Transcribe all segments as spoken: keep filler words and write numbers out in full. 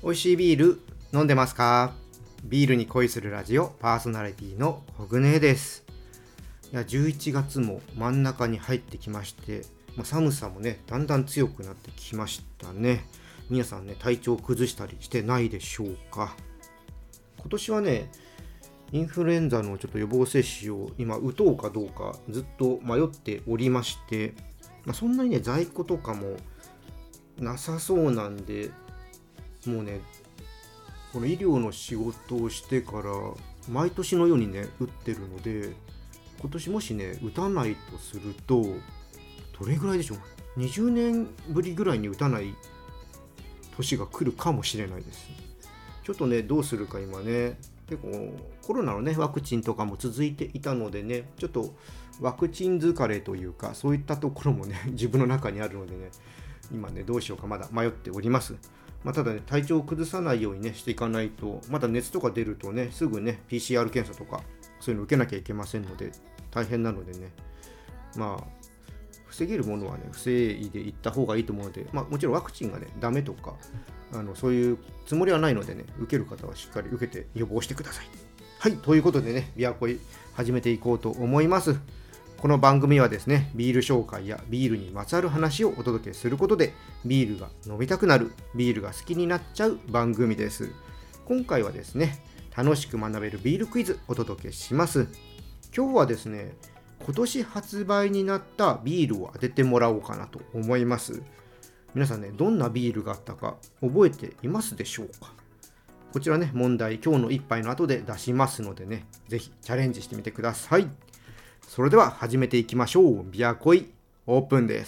美味しいビール飲んでますか？ビールに恋するラジオパーソナリティのコグネです。いやじゅういちがつも真ん中に入ってきまして、まあ、寒さもねだんだん強くなってきましたね。皆さんね体調を崩したりしてないでしょうか？今年はねインフルエンザのちょっと予防接種を今打とうかどうかずっと迷っておりまして、まあ、そんなにね在庫とかもなさそうなんで、もうねこの医療の仕事をしてから毎年のようにね打ってるので、今年もしね打たないとするとどれぐらいでしょう、にじゅうねんぶりぐらいに打たない年が来るかもしれないです。ちょっとねどうするか今ね結構コロナのねワクチンとかも続いていたのでね、ちょっとワクチン疲れというかそういったところもね自分の中にあるのでね、今ねどうしようかまだ迷っております。まあ、ただね体調を崩さないようにねしていかないと、また熱とか出るとねすぐね ピーシーアール 検査とかそういうの受けなきゃいけませんので大変なのでね、まあ防げるものはね防いでいった方がいいと思うので、まあ、もちろんワクチンがねダメとかあのそういうつもりはないのでね、受ける方はしっかり受けて予防してください。はい、ということでねビアコイ始めていこうと思います。この番組はですねビール紹介やビールにまつわる話をお届けすることでビールが飲みたくなる、ビールが好きになっちゃう番組です。今回はですね楽しく学べるビールクイズお届けします。今日はですね今年発売になったビールを当ててもらおうかなと思います。皆さんねどんなビールがあったか覚えていますでしょうか？こちらね問題今日の一杯の後で出しますのでね、ぜひチャレンジしてみてください。それでは始めていきましょう。ビアコイオープンです。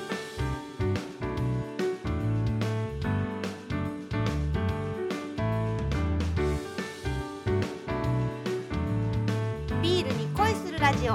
ビールに恋するラジオ。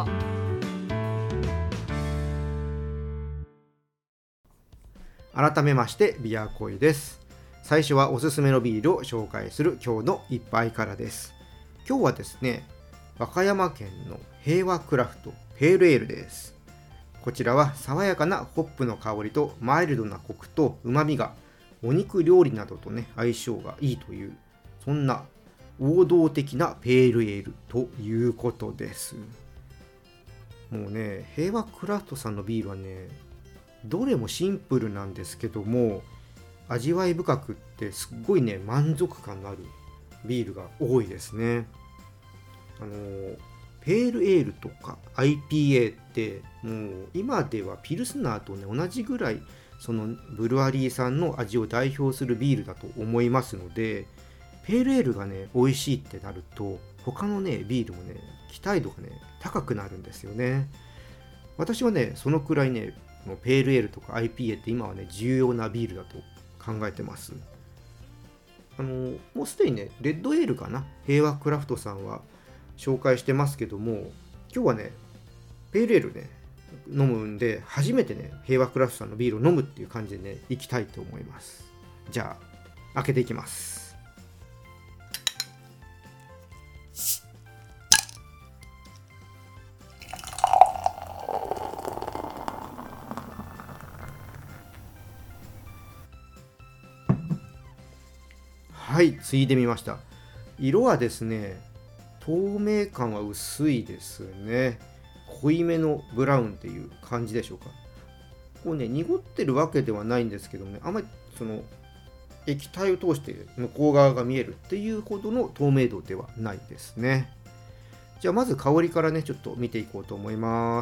改めましてビアコイです。最初はおすすめのビールを紹介する今日の一杯からです。今日はですね和歌山県の平和クラフトペールエールです。こちらは爽やかなホップの香りとマイルドなコクと旨味がお肉料理などとね相性がいいという、そんな王道的なペールエールということです。もうね平和クラフトさんのビールはねどれもシンプルなんですけども味わい深くってすっごいね満足感のあるビールが多いですね。あのペールエールとか アイピーエー ってもう今ではピルスナーとね同じぐらいそのブルワリーさんの味を代表するビールだと思いますので、ペールエールがね美味しいってなると他のねビールもね期待度がね高くなるんですよね。私はねそのくらいねペールエールとか アイピーエー って今はね重要なビールだと考えてます。あのもうすでにねレッドエールかな、平和クラフトさんは紹介してますけども、今日はねペールエールね飲むんで初めてね平和クラフトさんのビールを飲むっていう感じでねいきたいと思います。じゃあ開けていきます。はい、ついでみました。色はですね透明感は薄いですね。濃いめのブラウンっていう感じでしょうか。こうね濁ってるわけではないんですけどね、あんまりその液体を通して向こう側が見えるっていうほどの透明度ではないですね。じゃあまず香りからねちょっと見ていこうと思います。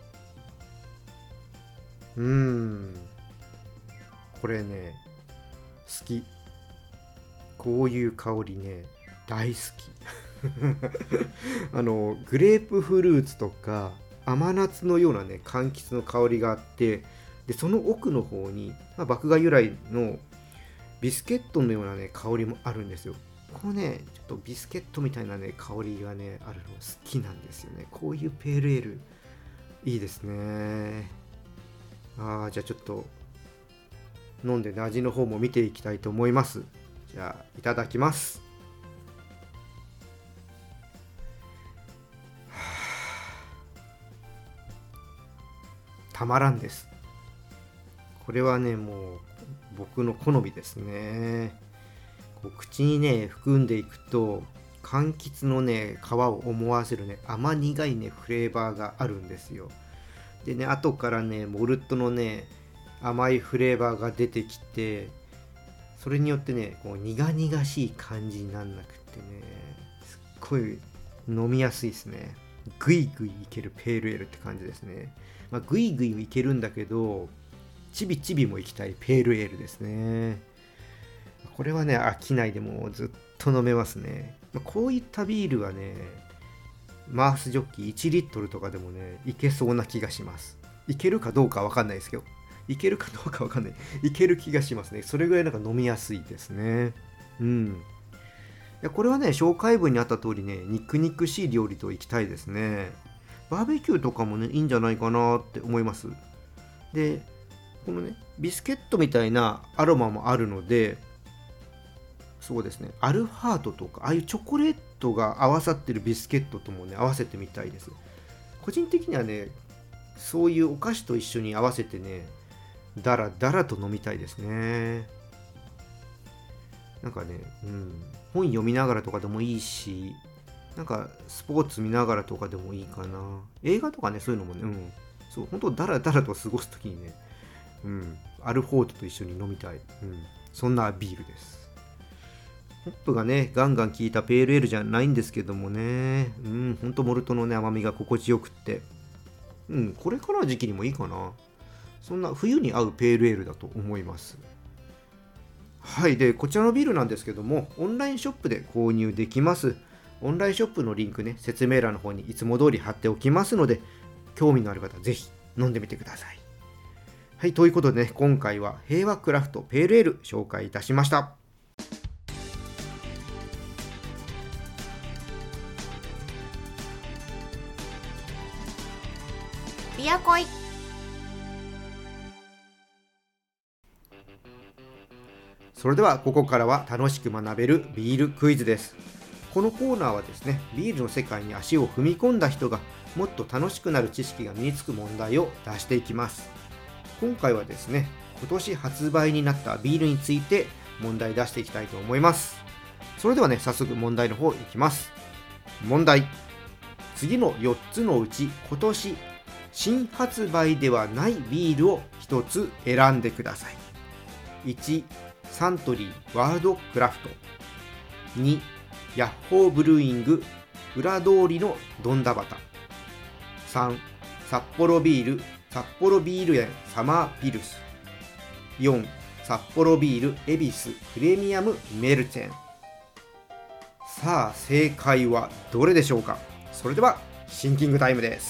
うーんこれね好き、こういう香りね大好きあのグレープフルーツとか甘夏のようなね柑橘の香りがあって、でその奥の方に、まあ、麦芽由来のビスケットのようなね香りもあるんですよ。このねちょっとビスケットみたいなね香りがねあるの好きなんですよね。こういうペールエールいいですね。あーじゃあちょっと飲んでね味の方も見ていきたいと思います。じゃあいただきます。たまらんです。これはねもう僕の好みですね。 こう口にね含んでいくと柑橘のね皮を思わせるね甘苦いねフレーバーがあるんですよ。でね後からねモルトのね甘いフレーバーが出てきて、それによってねこう苦々しい感じになんなくってねすっごい飲みやすいですね。グイグイいけるペールエールって感じですね。まあ、グイグイいけるんだけどちびちびもいきたいペールエールですね。これはね飽きないでもうずっと飲めますね。まあ、こういったビールはねマースジョッキいちリットルとかでもねいけそうな気がします。いけるかどうかわかんないですけど、いけるかどうかわかんないいける気がしますね。それぐらいなんか飲みやすいですね。うんいやこれはね紹介文にあった通りね肉肉しい料理といきたいですね。バーベキューとかもねいいんじゃないかなって思います。でこのねビスケットみたいなアロマもあるので、そうですねアルファートとかああいうチョコレートが合わさってるビスケットともね合わせてみたいです。個人的にはねそういうお菓子と一緒に合わせてねだらだらと飲みたいですね。なんかね、うん、本読みながらとかでもいいし、なんかスポーツ見ながらとかでもいいかな。映画とかねそういうのもね、うん、そう本当だらだらと過ごすときにね、うん、アルフォートと一緒に飲みたい、うん、そんなビールです。ホップがねガンガン効いたペールエールじゃないんですけどもね、うん、ほんとモルトのね甘みが心地よくって、うん、これからの時期にもいいかな。そんな冬に合うペールエールだと思います。はい、でこちらのビールなんですけどもオンラインショップで購入できます。オンラインショップのリンクね説明欄の方にいつも通り貼っておきますので、興味のある方ぜひ飲んでみてください。はい、ということでね今回は平和クラフトペールエール紹介いたしました。 ビアコイ。 それではここからは楽しく学べるビールクイズです。このコーナーはですねビールの世界に足を踏み込んだ人がもっと楽しくなる知識が身につく問題を出していきます。今回はですね今年発売になったビールについて問題出していきたいと思います。それではね早速問題の方いきます。問題。次のよっつのうち今年新発売ではないビールをひとつ選んでください。いちサントリーワールドクラフト、にヤッホーブルーイング裏通りのドンダバタ、さん札幌ビール札幌ビール園サマーピルス、よん札幌ビール恵比寿プレミアムメルチェン。さあ正解はどれでしょうか。それではシンキングタイムです。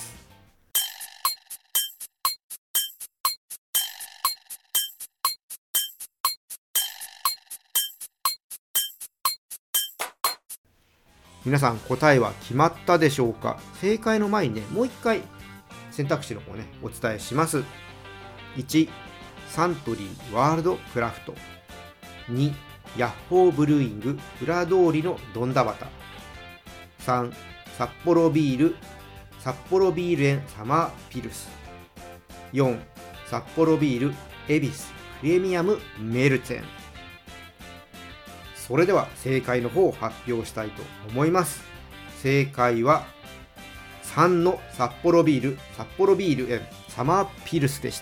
皆さん答えは決まったでしょうか。正解の前にねもう一回選択肢の方ねお伝えします。いちサントリーワールドクラフト、にヤッホーブルーイング裏通りのドンダバタ、さん札幌ビール札幌ビール園サマーピルス、よん札幌ビール恵比寿プレミアムメルツェン。それでは正解の方を発表したいと思います。正解はさんの札幌ビール札幌ビール園サマーピルスでした。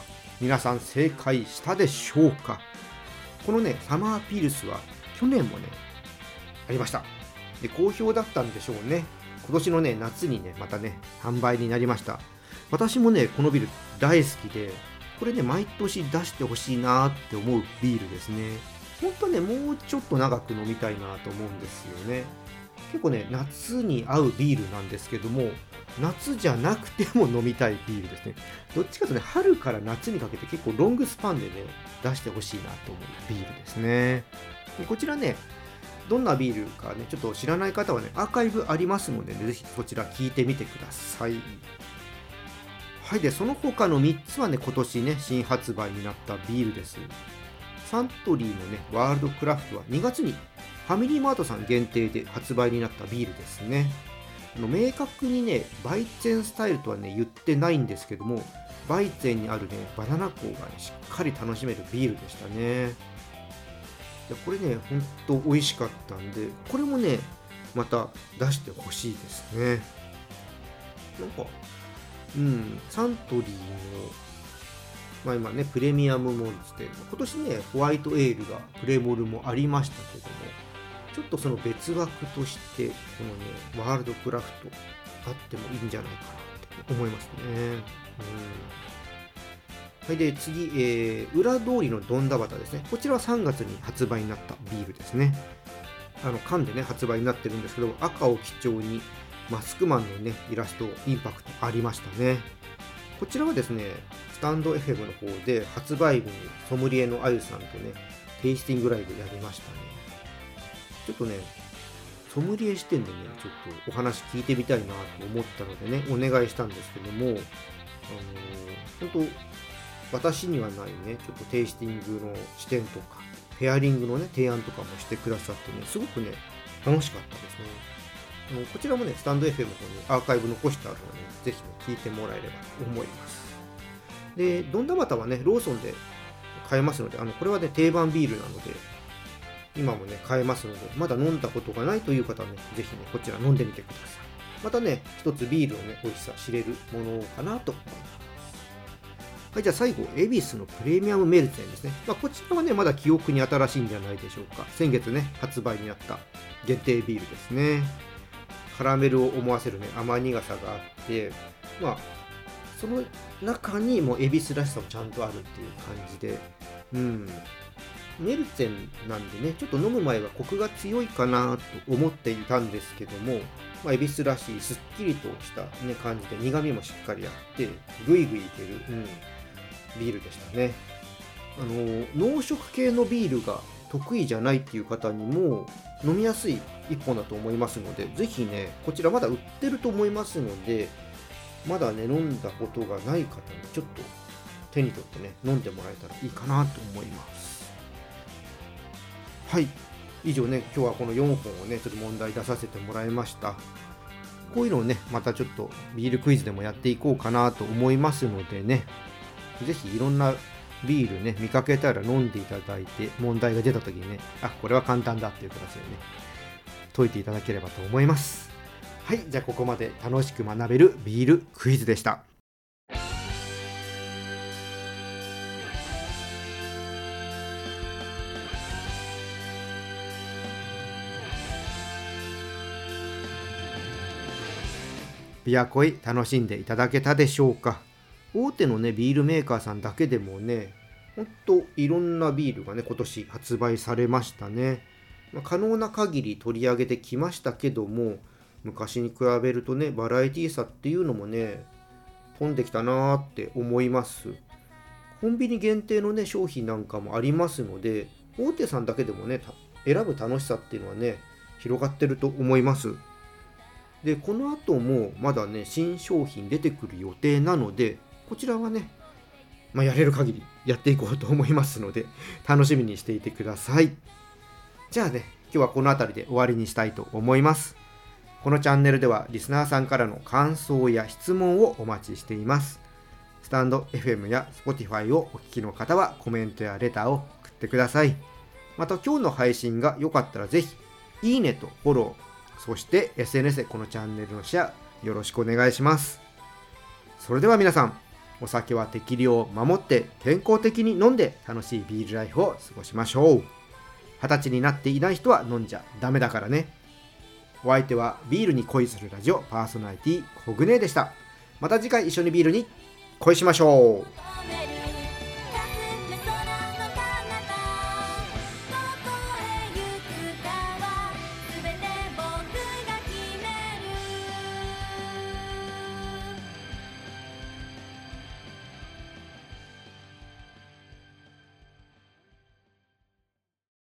皆さん正解したでしょうか。このねサマーピルスは去年もねありました。で好評だったんでしょうね。今年のね夏にねまたね販売になりました。私もねこのビール大好きで、これね毎年出してほしいなって思うビールですね。本当ねもうちょっと長く飲みたいなと思うんですよね。結構ね夏に合うビールなんですけども、夏じゃなくても飲みたいビールですね。どっちかというとね春から夏にかけて結構ロングスパンでね出してほしいなと思うビールですね。でこちらねどんなビールかねちょっと知らない方はねアーカイブありますので、ね、ぜひそちら聞いてみてください。はい、でその他のみっつはね今年ね新発売になったビールです。サントリーのねワールドクラフトはにがつにファミリーマートさん限定で発売になったビールですね。あの明確にねバイツェンスタイルとはね言ってないんですけども、バイツェンにあるねバナナ香が、ね、しっかり楽しめるビールでしたね。 やこれねほんと美味しかったんで、これもねまた出してほしいですね。なんかうんサントリーのまあ今ねプレミアムモルツで、今年ねホワイトエールがプレモルもありましたけども、ちょっとその別枠としてこのねワールドクラフトあってもいいんじゃないかなって思いますね。うんはい、で次、えー、裏通りのどんだばたですね。こちらはさんがつに発売になったビールですね。あの缶でね発売になってるんですけど、赤を基調にマスクマンのねイラストインパクトありましたね。こちらはですねスタンド エフエム の方で発売日にソムリエのあゆさんとねテイスティングライブやりましたね。ちょっとねソムリエ視点でねちょっとお話聞いてみたいなと思ったのでねお願いしたんですけども、あのー、本当私にはないねちょっとテイスティングの視点とかペアリングのね提案とかもしてくださってねすごくね楽しかったですね。あのこちらもねスタンド エフエム の方にアーカイブ残してあるので、ね、ぜひね聞いてもらえればと思います。でどんだばたはねローソンで買えますので、あのこれはね定番ビールなので今もね買えますので、まだ飲んだことがないという方はねぜひねこちら飲んでみてください。またね一つビールのね美味しさ知れるものかなと思います。はい、じゃあ最後、恵比寿のプレミアムメルツェンですね。まあ、こちらはね、まだ記憶に新しいんじゃないでしょうか。先月ね、発売になった限定ビールですね。カラメルを思わせるね、甘苦さがあって、まあ、その中にも恵比寿らしさもちゃんとあるっていう感じで、うん。メルツェンなんでね、ちょっと飲む前はコクが強いかなと思っていたんですけども、まあ、恵比寿らしいすっきりとした、ね、感じで苦味もしっかりあって、ぐいぐいいける、うんビールでしたね。あの濃食系のビールが得意じゃないっていう方にも飲みやすい一本だと思いますので、ぜひねこちらまだ売ってると思いますので、まだね飲んだことがない方にちょっと手に取ってね飲んでもらえたらいいかなと思います。はい、以上ね今日はこのよんほんをねちょっと問題出させてもらいました。こういうのをねまたちょっとビールクイズでもやっていこうかなと思いますのでね、ぜひいろんなビールね見かけたら飲んでいただいて、問題が出た時にね、あこれは簡単だっていう形でね解いていただければと思います。はい、じゃあここまで楽しく学べるビールクイズでした。ビアコイ楽しんでいただけたでしょうか。大手のねビールメーカーさんだけでもねほんといろんなビールがね今年発売されましたね。まあ、可能な限り取り上げてきましたけども、昔に比べるとねバラエティーさっていうのもね飛んできたなーって思います。コンビニ限定のね商品なんかもありますので、大手さんだけでもね選ぶ楽しさっていうのはね広がってると思います。でこの後もまだね新商品出てくる予定なので、こちらはね、まあ、やれる限りやっていこうと思いますので楽しみにしていてください。じゃあね今日はこの辺りで終わりにしたいと思います。このチャンネルではリスナーさんからの感想や質問をお待ちしています。スタンド エフエム や Spotify をお聞きの方はコメントやレターを送ってください。また今日の配信が良かったらぜひいいねとフォロー、そして エスエヌエス でこのチャンネルのシェアよろしくお願いします。それでは皆さん、お酒は適量を守って健康的に飲んで楽しいビールライフを過ごしましょう。二十歳になっていない人は飲んじゃダメだからね。お相手はビールに恋するラジオパーソナリティコグネでした。また次回一緒にビールに恋しましょう。